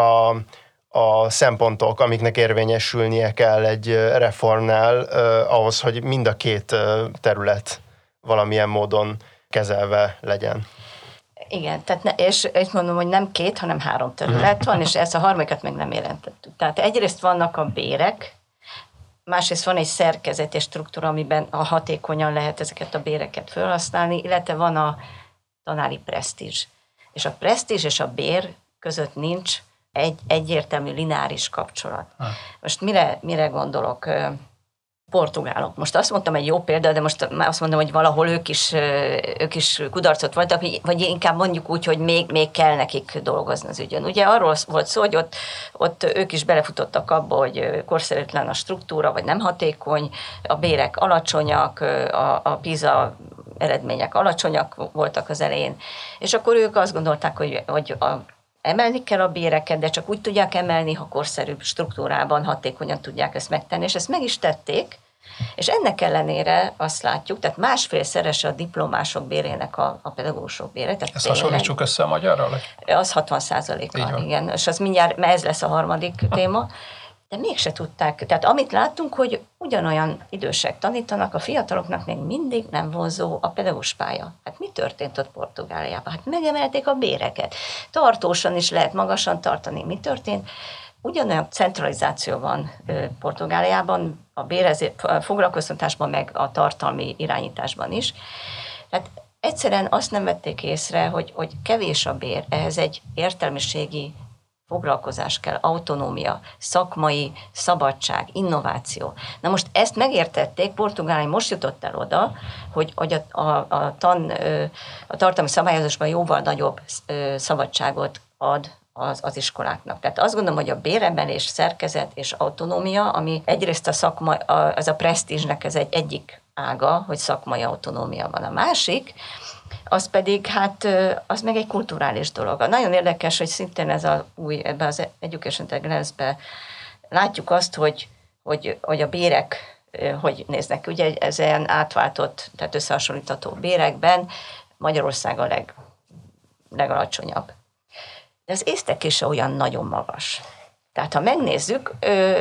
a szempontok, amiknek érvényesülnie kell egy reformnál ahhoz, hogy mind a 2 terület valamilyen módon kezelve legyen. Igen, és mondom, hogy nem 2, hanem 3 terület van, és ezt a harmadikat még nem jelentettük. Tehát egyrészt vannak a bérek, másrészt van egy szerkezet és struktúra, amiben hatékonyan lehet ezeket a béreket felhasználni, illetve van a tanári presztízs. És a presztízs és a bér között nincs egy egyértelmű lineáris kapcsolat. Most mire gondolok? Portugálok. Most azt mondtam, egy jó példa, de most már azt mondom, hogy valahol ők is kudarcot voltak, vagy inkább mondjuk úgy, hogy még kell nekik dolgozni az ügyön. Ugye arról volt szó, hogy ott ők is belefutottak abba, hogy korszerűtlen a struktúra, vagy nem hatékony, a bérek alacsonyak, a PISA eredmények alacsonyak voltak az elején, és akkor ők azt gondolták, hogy emelni kell a béreket, de csak úgy tudják emelni, ha korszerűbb struktúrában hatékonyan tudják ezt megtenni, és ezt meg is tették, és ennek ellenére azt látjuk, tehát 1,5-szerese a diplomások bérének a pedagógusok bére. Ezt hasonlítsuk össze a magyarral? Az 60%-a, igen, és az mindjárt, mert ez lesz a harmadik téma, de mégse tudták. Tehát amit láttunk, hogy ugyanolyan idősek tanítanak, a fiataloknak még mindig nem vonzó a pedagógus pálya. Hát mi történt ott Portugáliában? Hát megemelték a béreket. Tartósan is lehet magasan tartani. Mi történt? Ugyanolyan centralizáció van Portugáliában, a foglalkoztatásban, meg a tartalmi irányításban is. Tehát egyszerűen azt nem vették észre, hogy kevés a bér, ehhez egy értelmiségi foglalkozás kell, autonómia, szakmai szabadság, innováció. Na most ezt megértették, Portugália most jutott el oda, hogy a tartalmi szabályozásban jóval nagyobb szabadságot ad az iskoláknak. Tehát azt gondolom, hogy a béremelés, szerkezet és autonómia, ami egyrészt ez a presztízsnek ez egyik ága, hogy szakmai autonómia van. A másik, az pedig, az meg egy kulturális dolog. Nagyon érdekes, hogy szintén ebbe az Education Intelligence-be látjuk azt, hogy a bérek hogy néznek. Ugye ez ilyen átváltott, tehát összehasonlítható bérekben Magyarország a legalacsonyabb. De az észtek is olyan nagyon magas. Tehát ha megnézzük,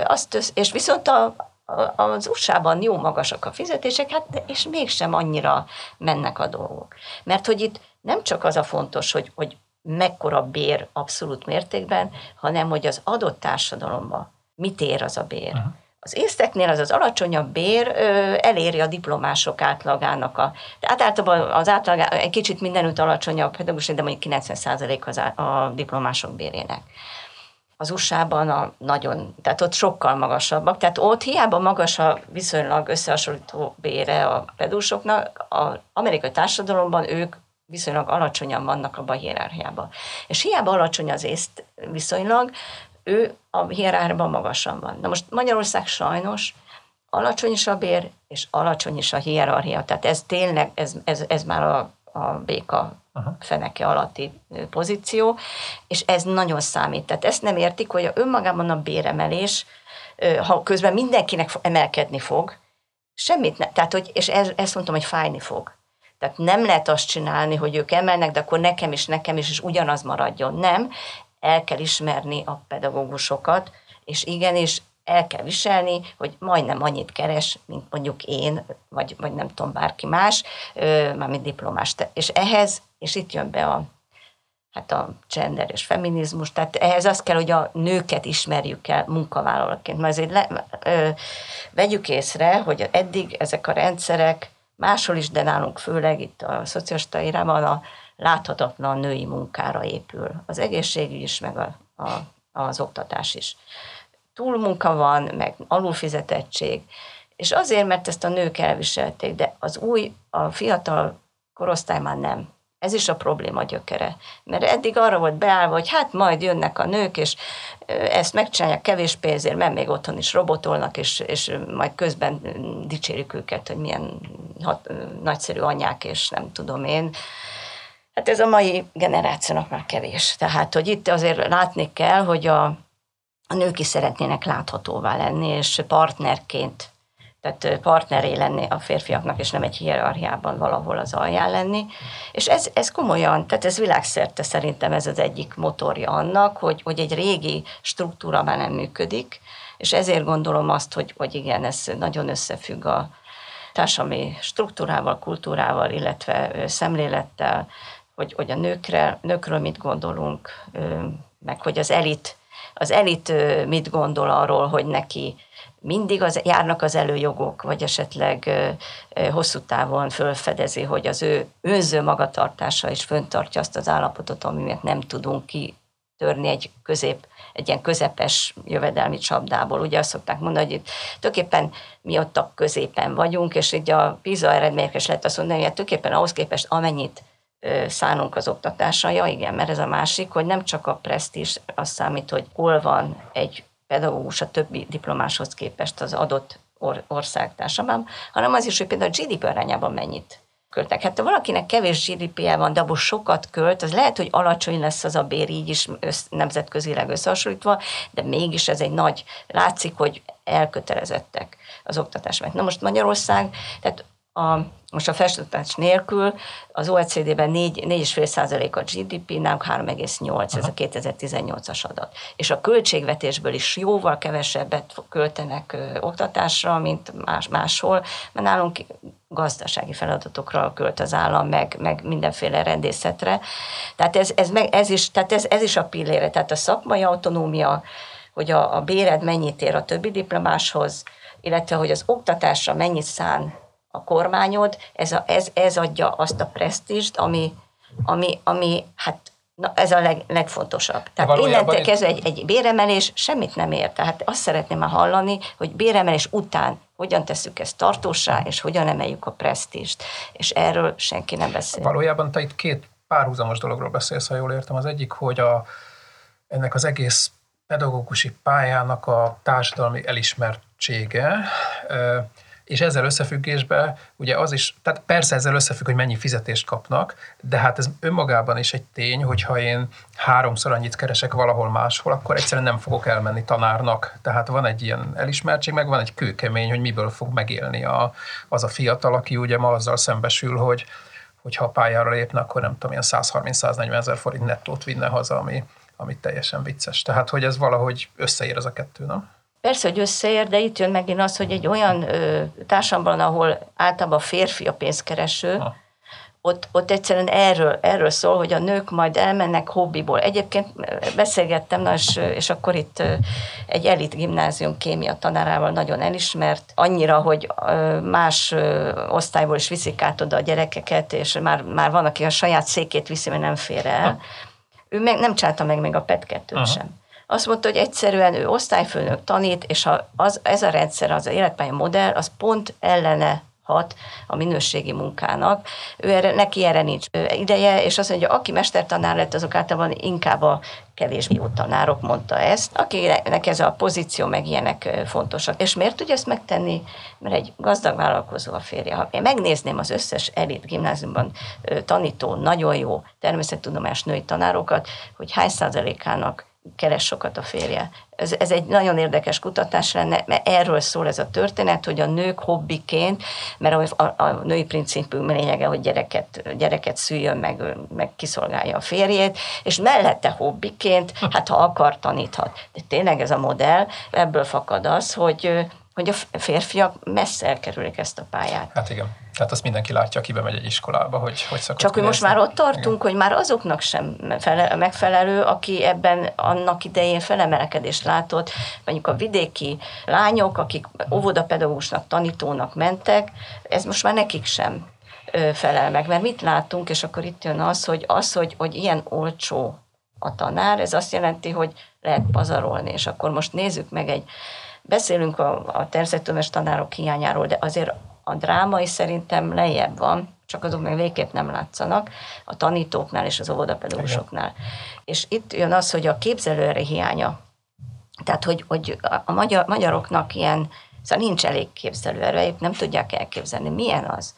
és viszont az USA-ban jó magasak a fizetések, és mégsem annyira mennek a dolgok. Mert hogy itt nem csak az a fontos, hogy mekkora bér abszolút mértékben, hanem hogy az adott társadalomban mit ér az a bér. Uh-huh. Az észteknél az alacsonyabb bér eléri a diplomások átlagának. Tehát általában az átlag egy kicsit mindenütt alacsonyabb, de mondjuk 90% a diplomások bérének. Az USA-ban tehát ott sokkal magasabbak, tehát ott hiába magas a viszonylag összehasonlító bére a pedagógusoknak, az amerikai társadalomban ők viszonylag alacsonyan vannak abban a hierarchiában. És hiába alacsony az észt viszonylag, ő a hierarchiában magasan van. Na most Magyarország sajnos alacsony is a bér, és alacsony is a hierarchia. Tehát ez tényleg, ez már a béka feneke alatti pozíció, és ez nagyon számít. Tehát ezt nem értik, hogy önmagában a béremelés, ha közben mindenkinek emelkedni fog, semmit nem. Tehát, hogy, és ezt mondtam, hogy fájni fog. Tehát nem lehet azt csinálni, hogy ők emelnek, de akkor nekem is, és ugyanaz maradjon. Nem, el kell ismerni a pedagógusokat, és igenis el kell viselni, hogy majdnem annyit keres, mint mondjuk én, vagy nem tudom, bárki más, mármint diplomás. És ehhez, és itt jön be a gender és feminizmus, tehát ehhez az kell, hogy a nőket ismerjük el munkavállalóként. Mert azért vegyük észre, hogy eddig ezek a rendszerek máshol is, de nálunk főleg itt a szocialista irányban a láthatatlan női munkára épül. Az egészségügy is, meg az oktatás is. Túlmunka van, meg alulfizetettség, és azért, mert ezt a nők elviselték, de a fiatal korosztály már nem. Ez is a probléma gyökere. Mert eddig arra volt beállva, hogy hát majd jönnek a nők, és ezt megcsinálják kevés pénzért, mert még otthon is robotolnak, és majd közben dicsérjük őket, hogy milyen nagyszerű anyák, és nem tudom én. Hát ez a mai generációnak már kevés. Tehát, hogy itt azért látni kell, hogy a nők is szeretnének láthatóvá lenni, és partnerként, tehát partneré lenni a férfiaknak, és nem egy hierarchiában valahol az alján lenni. És ez komolyan, tehát ez világszerte szerintem ez az egyik motorja annak, hogy egy régi struktúra már nem működik, és ezért gondolom azt, hogy igen, ez nagyon összefügg a társadalmi struktúrával, kultúrával, illetve szemlélettel, hogy a nőkről mit gondolunk, meg hogy az elit mit gondol arról, hogy neki mindig járnak az előjogok, vagy esetleg hosszú távon fölfedezi, hogy az ő önző magatartása is föntartja azt az állapotot, amiért nem tudunk kitörni egy ilyen közepes jövedelmi csapdából. Ugye azt szokták mondani, hogy itt tulajdonképpen mi ott a középen vagyunk, és így a PISA eredményekre is lehet azt mondani, hogy tulajdonképpen ahhoz képest amennyit szánunk az oktatásra, ja igen, mert ez a másik, hogy nem csak a presztízs az számít, hogy hol van egy pedagógus a többi diplomáshoz képest az adott ország társadalmában, hanem az is, hogy például a GDP arányában mennyit költek. Hát ha valakinek kevés GDP-je van, de abból sokat költ, az lehet, hogy alacsony lesz az a bér így is nemzetközileg összehasonlítva, de mégis ez egy nagy, látszik, hogy elkötelezettek az oktatás. Na most Magyarország, tehát most a felsőoktatás nélkül az OECD-ben 4,5% a GDP, nálunk 3,8, ez a 2018-as adat. És a költségvetésből is jóval kevesebbet költenek oktatásra, mint máshol, mert nálunk gazdasági feladatokra költ az állam, meg mindenféle rendészetre. Tehát ez is a pillére, tehát a szakmai autonómia, hogy a béred mennyit ér a többi diplomáshoz, illetve hogy az oktatásra mennyit szán a kormányod, ez adja azt a presztízst, ami hát ez a legfontosabb. Tehát innentől kezdve egy béremelés semmit nem ér. Tehát azt szeretném már hallani, hogy béremelés után hogyan tesszük ezt tartósá, és hogyan emeljük a presztízst. És erről senki nem beszél. Valójában te itt két párhuzamos dologról beszélsz, ha jól értem. Az egyik, hogy ennek az egész pedagógusi pályának a társadalmi elismertsége, és ezzel összefüggésben ugye az is, tehát persze ezzel összefügg, hogy mennyi fizetést kapnak, de hát ez önmagában is egy tény, hogyha én 3-szor annyit keresek valahol máshol, akkor egyszerűen nem fogok elmenni tanárnak. Tehát van egy ilyen elismertség, meg van egy kőkemény, hogy miből fog megélni az a fiatal, aki ugye ma azzal szembesül, hogy ha a pályára lépne, akkor nem tudom, ilyen 130-140 ezer forint nettót vinne haza, ami teljesen vicces. Tehát, hogy ez valahogy összeér ez a kettő, nem? Persze, hogy összeér, de itt jön megint az, hogy egy olyan társadalomban, ahol általában a férfi a pénzkereső, ott egyszerűen erről szól, hogy a nők majd elmennek hobbiból. Egyébként beszélgettem, és akkor itt egy elit gimnázium kémia tanárával nagyon elismert, annyira, hogy más osztályból is viszik át oda a gyerekeket, és már van, aki a saját székét viszi, mert nem fér el. Ő nem csinálta meg még a PET-2-t sem. Azt mondta, hogy egyszerűen ő osztályfőnök tanít, és ez a rendszer, az életpálya modell, az pont ellene hat a minőségi munkának. Neki erre nincs ideje, és azt mondja, hogy aki mestertanár lett, azok általában inkább a kevésbé jó tanárok, mondta ezt, akinek ez a pozíció meg ilyenek fontosak. És miért tudja ezt megtenni? Mert egy gazdag vállalkozó a férje. Ha én megnézném az összes elit gimnáziumban tanító, nagyon jó természettudományos női tanárokat, hogy hány százalékának keres sokat a férje. Ez egy nagyon érdekes kutatás lenne, mert erről szól ez a történet, hogy a nők hobbiként, mert a női principium lényege, hogy gyereket szüljön, meg kiszolgálja a férjét, és mellette hobbiként, hát ha akar, taníthat. De tényleg ez a modell, ebből fakad az, hogy a férfiak messze elkerülik ezt a pályát. Hát igen. Tehát azt mindenki látja, aki bemegy egy iskolába, hogy szokott. Csak hogy most már ott tartunk, igen, hogy már azoknak sem megfelelő, aki ebben annak idején felemelkedést látott, mondjuk a vidéki lányok, akik óvodapedagógusnak, tanítónak mentek, ez most már nekik sem felel meg. Mert mit látunk, és akkor itt jön hogy ilyen olcsó a tanár, ez azt jelenti, hogy lehet pazarolni, és akkor most nézzük meg beszélünk a természettudományos tanárok hiányáról, de azért a drámai szerintem lejjebb van, csak azok meg végképp nem látszanak, a tanítóknál és az óvodapedagógusoknál. És itt jön az, hogy a képzelőerő hiánya. Tehát, hogy a magyaroknak szóval nincs elég képzelőerő, nem tudják elképzelni. Milyen az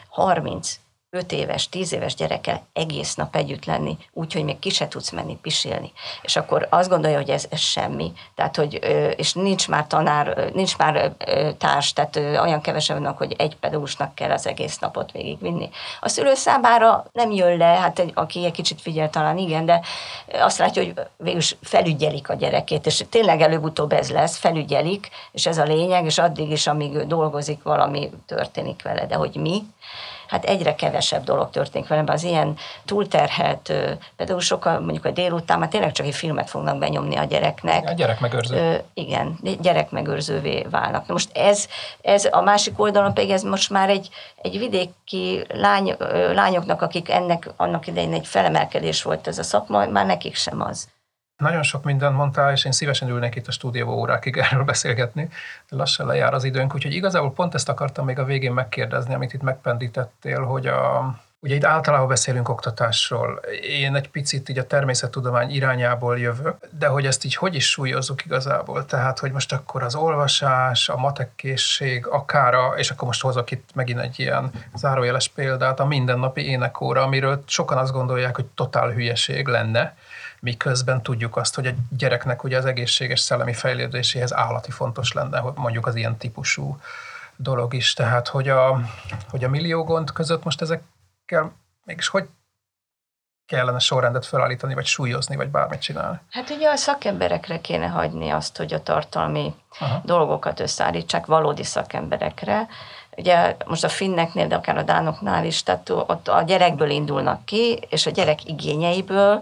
35 éves, 10 éves gyerekkel egész nap együtt lenni, úgyhogy még ki se tudsz menni pisilni. És akkor azt gondolja, hogy ez semmi. Tehát, és nincs már tanár, nincs már társ, tehát olyan kevesen vannak, hogy egy pedagógusnak kell az egész napot végigvinni. A szülő számára nem jön le, hát aki egy kicsit figyel, talán igen, de azt látja, hogy végülis felügyelik a gyerekét, és tényleg előbb-utóbb ez lesz, felügyelik, és ez a lényeg, és addig is, amíg ő dolgozik, valami történik vele. De hogy mi? Hát egyre kevesebb dolog történik velem, az ilyen túlterhelt pedagógusokkal, mondjuk a délután már tényleg csak egy filmet fognak benyomni a gyereknek. A gyerekmegőrző. Igen, gyerekmegőrzővé válnak. Na most ez a másik oldalon pedig ez most már egy vidéki lányoknak, akik annak idején egy felemelkedés volt ez a szakma, már nekik sem az. Nagyon sok mindent mondtál, és én szívesen ülnék itt a stúdióba órákig erről beszélgetni, de lassan lejár az időnk, úgyhogy igazából pont ezt akartam még a végén megkérdezni, amit itt megpendítettél, hogy ugye itt általában beszélünk oktatásról. Én egy picit így a természettudomány irányából jövök, de hogy ezt így hogy is súlyozzuk igazából? Tehát, hogy most akkor az olvasás, a matekkészség, és akkor most hozok itt megint egy ilyen zárójeles példát, a mindennapi énekóra, amiről sokan azt gondolják, hogy totál hülyeség lenne, miközben tudjuk azt, hogy a gyereknek ugye az egészséges szellemi fejlődéséhez állati fontos lenne, hogy mondjuk az ilyen típusú dolog is. Tehát, hogy a millió gond között most ezekkel mégis hogy kellene sorrendet felállítani, vagy súlyozni, vagy bármit csinálni? Hát ugye a szakemberekre kéne hagyni azt, hogy a tartalmi dolgokat összeállítsák valódi szakemberekre. Ugye most a finneknél, de akár a dánoknál is, tehát ott a gyerekből indulnak ki, és a gyerek igényeiből,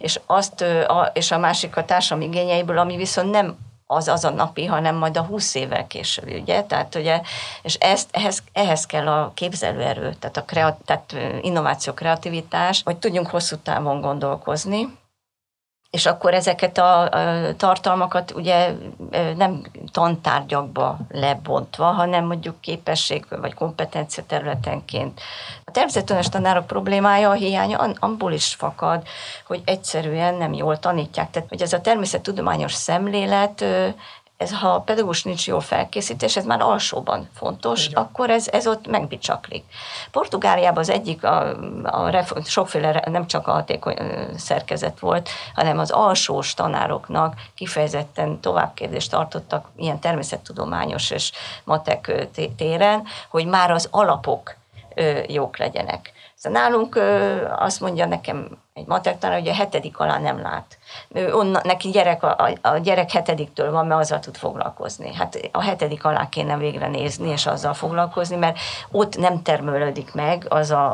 és a másik a társam igényeiből, ami viszont nem az a napi, hanem majd a 20 évvel később, ugye? Tehát, ugye, és ehhez kell a képzelőerő, tehát innováció, kreativitás, hogy tudjunk hosszú távon gondolkozni, és akkor ezeket a tartalmakat ugye nem tantárgyakba lebontva, hanem mondjuk képesség vagy kompetencia területenként. A természettudományos tanárok problémája, a hiánya abból is fakad, hogy egyszerűen nem jól tanítják. Tehát, hogy ez a természettudományos szemlélet, ha a pedagógus nincs jól felkészítés, ez már alsóban fontos, akkor ez ott megbicsaklik. Portugáliában az egyik, sokféle, nem csak a hatékony szerkezet volt, hanem az alsós tanároknak kifejezetten továbbképzést tartottak ilyen természettudományos és matek téren, hogy már az alapok jók legyenek. Szóval nálunk azt mondja nekem egy matek tanár, hogy a 7. alá nem lát. Neki a gyerek 7-től van, mert azzal tud foglalkozni. Hát a 7. alá kéne végre nézni, és azzal foglalkozni, mert ott nem termelődik meg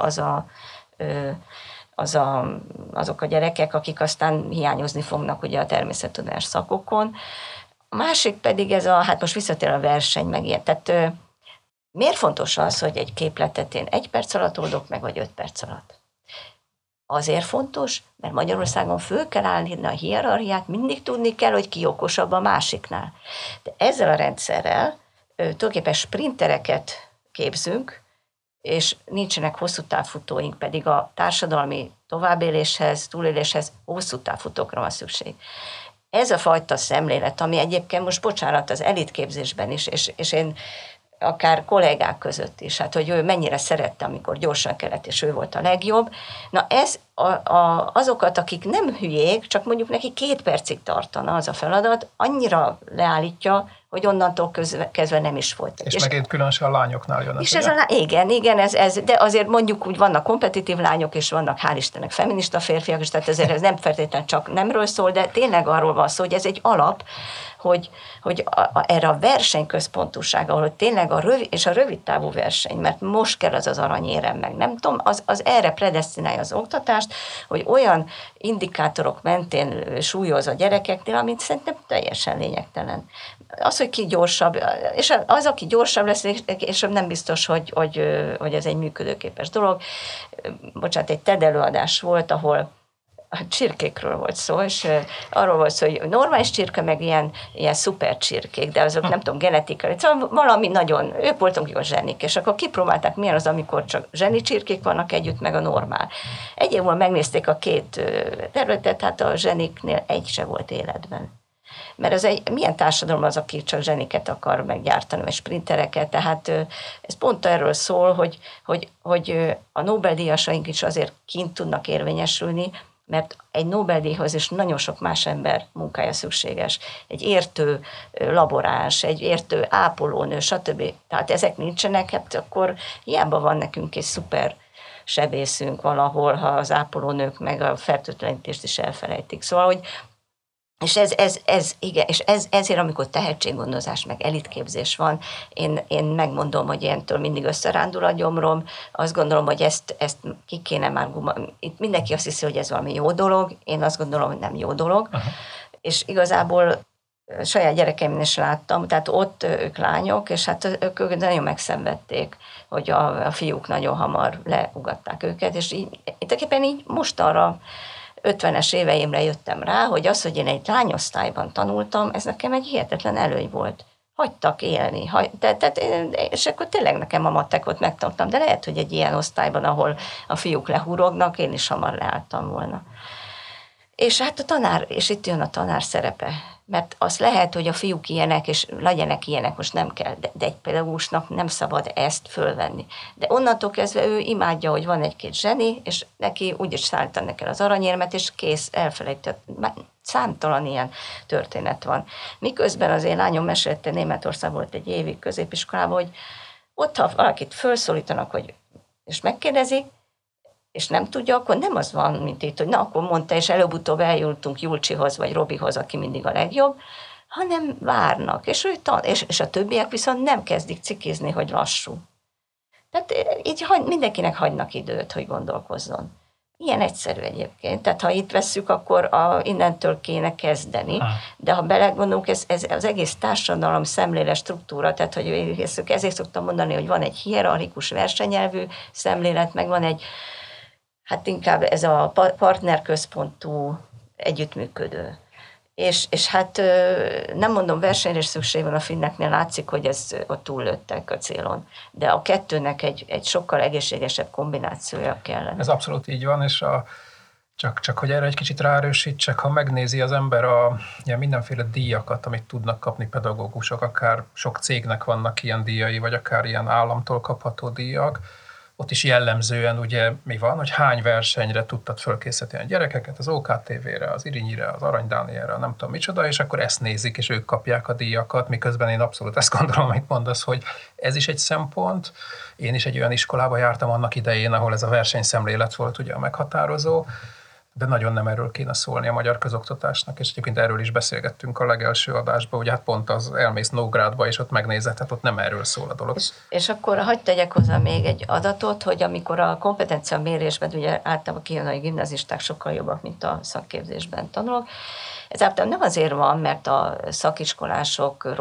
azok a gyerekek, akik aztán hiányozni fognak ugye a természettudományos szakokon. A másik pedig hát most visszatér a verseny meg ilyen. Tehát miért fontos az, hogy egy képletet én 1 perc alatt oldok meg, vagy 5 perc alatt? Azért fontos, mert Magyarországon föl kell állni a hierarchiát, mindig tudni kell, hogy ki okosabb a másiknál. De ezzel a rendszerrel tulajdonképpen sprintereket képzünk, és nincsenek hosszú távfutóink, pedig a társadalmi továbbéléshez, túléléshez hosszú távfutókra van szükség. Ez a fajta szemlélet, ami egyébként most, bocsánat, az elitképzésben is, és én akár kollégák között is, hát hogy ő mennyire szerette, amikor gyorsan kellett, és ő volt a legjobb. Na ez azokat, akik nem hülyék, csak mondjuk neki 2 percig tartana az a feladat, annyira leállítja, hogy onnantól kezdve nem is folytat. És megint különösen a lányoknál jön. És igen, ez, de azért mondjuk úgy vannak kompetitív lányok, és vannak hál' Istennek feminista férfiak, és tehát ezért ez nem feltétlenül csak nemről szól, de tényleg arról van szó, hogy ez egy alap, hogy erre a versenyközpontúság, ahol tényleg a rövid távú verseny, mert most kell az aranyérem, meg nem tudom, az erre predesztinálja az oktatást, hogy olyan indikátorok mentén súlyoz a gyerekeknél, amit szerintem teljesen lényegtelen. Az, hogy ki gyorsabb, és az, aki gyorsabb lesz, és nem biztos, hogy ez egy működőképes dolog. Bocsánat, egy TED előadás volt, ahol a csirkékről volt szó, és arról volt szó, hogy normális csirke, meg ilyen szuper csirkék, de azok nem tudom, genetikai, szóval valami nagyon, ők voltunk jó zsenik, és akkor kipróbálták, milyen az, amikor csak zseni csirkék vannak együtt, meg a normál. Egy évvel megnézték a 2 területet, hát a zseniknél egy se volt életben. Mert milyen társadalom az, aki csak zseniket akar meggyártani, vagy sprintereket, tehát ez pont erről szól, hogy a Nobel-díjasaink is azért kint tudnak érvényesülni, mert egy Nobel-díjhoz is nagyon sok más ember munkája szükséges. Egy értő laboráns, egy értő ápolónő, stb. Tehát ezek nincsenek, hát akkor hiába van nekünk egy szuper sebészünk valahol, ha az ápolónők meg a fertőtlenítést is elfelejtik. Szóval, hogy és ezért, amikor tehetséggondozás, meg elitképzés van, én megmondom, hogy ilyentől mindig összerándul a gyomrom, azt gondolom, hogy ezt ki kéne már itt mindenki azt hiszi, hogy ez valami jó dolog, én azt gondolom, hogy nem jó dolog, és igazából saját gyerekeimnél is láttam, tehát ott ők lányok, és hát ők nagyon megszenvedték, hogy a fiúk nagyon hamar leugatták őket, és így mostanra 50-es éveimre jöttem rá, hogy az, hogy én egy lányosztályban tanultam, ez nekem egy hihetetlen előny volt. Hagytak élni. És akkor tényleg nekem a matekot megtanultam, de lehet, hogy egy ilyen osztályban, ahol a fiúk lehurognak, én is hamar leálltam volna. És hát a tanár, és itt jön a tanár szerepe. Mert az lehet, hogy a fiúk ilyenek, és legyenek ilyenek, most nem kell, de egy pedagógusnak nem szabad ezt fölvenni. De onnantól kezdve ő imádja, hogy van egy-két zseni, és neki úgyis szállítani kell az aranyérmet, és kész, elfelejtett. Számtalan ilyen történet van. Miközben az én lányom mesélte, Németország volt egy évig középiskolában, hogy ott, ha valakit felszólítanak, és megkérdezik, és nem tudja, akkor nem az van, mint itt, hogy na, akkor mondta, és előbb-utóbb eljutottunk Julcsihoz, vagy Robihoz, aki mindig a legjobb, hanem várnak, és a többiek viszont nem kezdik cikizni, hogy lassú. Tehát így mindenkinek hagynak időt, hogy gondolkozzon. Ilyen egyszerű egyébként. Tehát ha itt vesszük, akkor innentől kéne kezdeni, de ha belegondolunk, ez az egész társadalom szemlélet struktúra, tehát hogy ezért szoktam mondani, hogy van egy hierarchikus versenyelvű szemlélet, meg van egy hát inkább ez a partnerközpontú együttműködő. És hát nem mondom, versenyre is szükség van, a finneknél látszik, hogy ott túllőttek a célon. De a kettőnek egy sokkal egészségesebb kombinációja kellene. Ez abszolút így van, és csak hogy erre egy kicsit ráerősítsek, ha megnézi az ember ilyen mindenféle díjakat, amit tudnak kapni pedagógusok, akár sok cégnek vannak ilyen díjai, vagy akár ilyen államtól kapható díjak, ott is jellemzően ugye mi van, hogy hány versenyre tudtad fölkészíteni a gyerekeket, az OKTV-re, az Irinyire, az Arany Dánielre, nem tudom micsoda, és akkor ezt nézik, és ők kapják a díjakat, miközben én abszolút ezt gondolom, amit mondasz, hogy ez is egy szempont. Én is egy olyan iskolába jártam annak idején, ahol ez a versenyszemlélet volt ugye a meghatározó, de nagyon nem erről kéne szólni a magyar közoktatásnak, és egyébként erről is beszélgettünk a legelső adásban, ugye hát pont az elmész Nógrádba, és ott megnézed, hát ott nem erről szól a dolog. És akkor hadd tegyek hozzá még egy adatot, hogy amikor a kompetencia mérésben, ugye általában kijön, hogy gimnazisták sokkal jobbak, mint a szakképzésben tanulók, ez általában nem azért van, mert a szakiskolások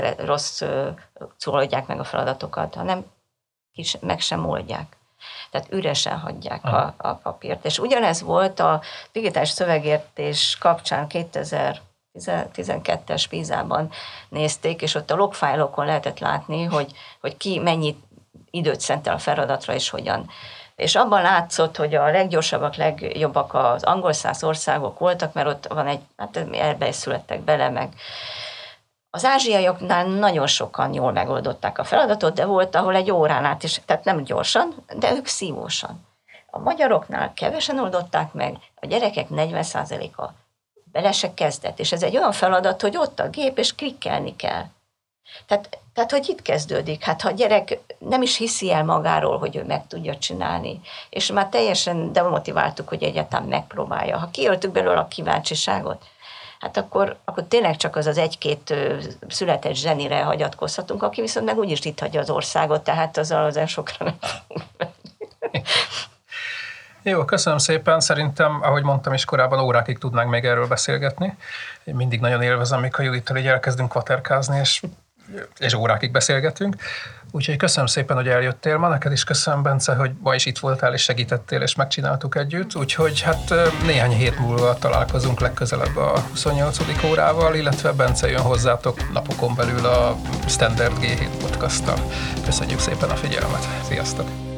rosszul oldják meg a feladatokat, hanem meg sem oldják. Tehát üresen hagyják a papírt. És ugyanez volt a digitális szövegértés kapcsán 2012-es PISA-ban nézték, és ott a logfájlokon lehetett látni, hogy ki mennyit időt szentel a feladatra, és hogyan. És abban látszott, hogy a leggyorsabbak, legjobbak az angol száz országok voltak, mert ott van hát ebbe születtek bele, meg az ázsiaiaknál nagyon sokan jól megoldották a feladatot, de volt, ahol egy órán át is, tehát nem gyorsan, de ők szívósan. A magyaroknál kevesen oldották meg, a gyerekek 40%-a bele se kezdett, és ez egy olyan feladat, hogy ott a gép, és klikkelni kell. Tehát, hogy itt kezdődik. Hát, ha a gyerek nem is hiszi el magáról, hogy ő meg tudja csinálni, és már teljesen demotiváltuk, hogy egyáltalán megpróbálja. Ha kiöltük belőle a kíváncsiságot, hát akkor tényleg csak az egy-két született zsenire hagyatkozhatunk, aki viszont meg úgyis itt hagyja az országot, tehát azzal az sokra nem fogunk menni. Jó, köszönöm szépen. Szerintem, ahogy mondtam is korábban, órákig tudnánk még erről beszélgetni. Én mindig nagyon élvezem, amikor Judittal így elkezdünk kvaterkázni, és órákig beszélgetünk. Úgyhogy köszönöm szépen, hogy eljöttél ma. Neked is köszönöm, Bence, hogy ma is itt voltál, és segítettél, és megcsináltuk együtt. Úgyhogy hát néhány hét múlva találkozunk legközelebb a 28. órával, illetve Bence jön hozzátok napokon belül a Standard G7 podcasttal. Köszönjük szépen a figyelmet. Sziasztok!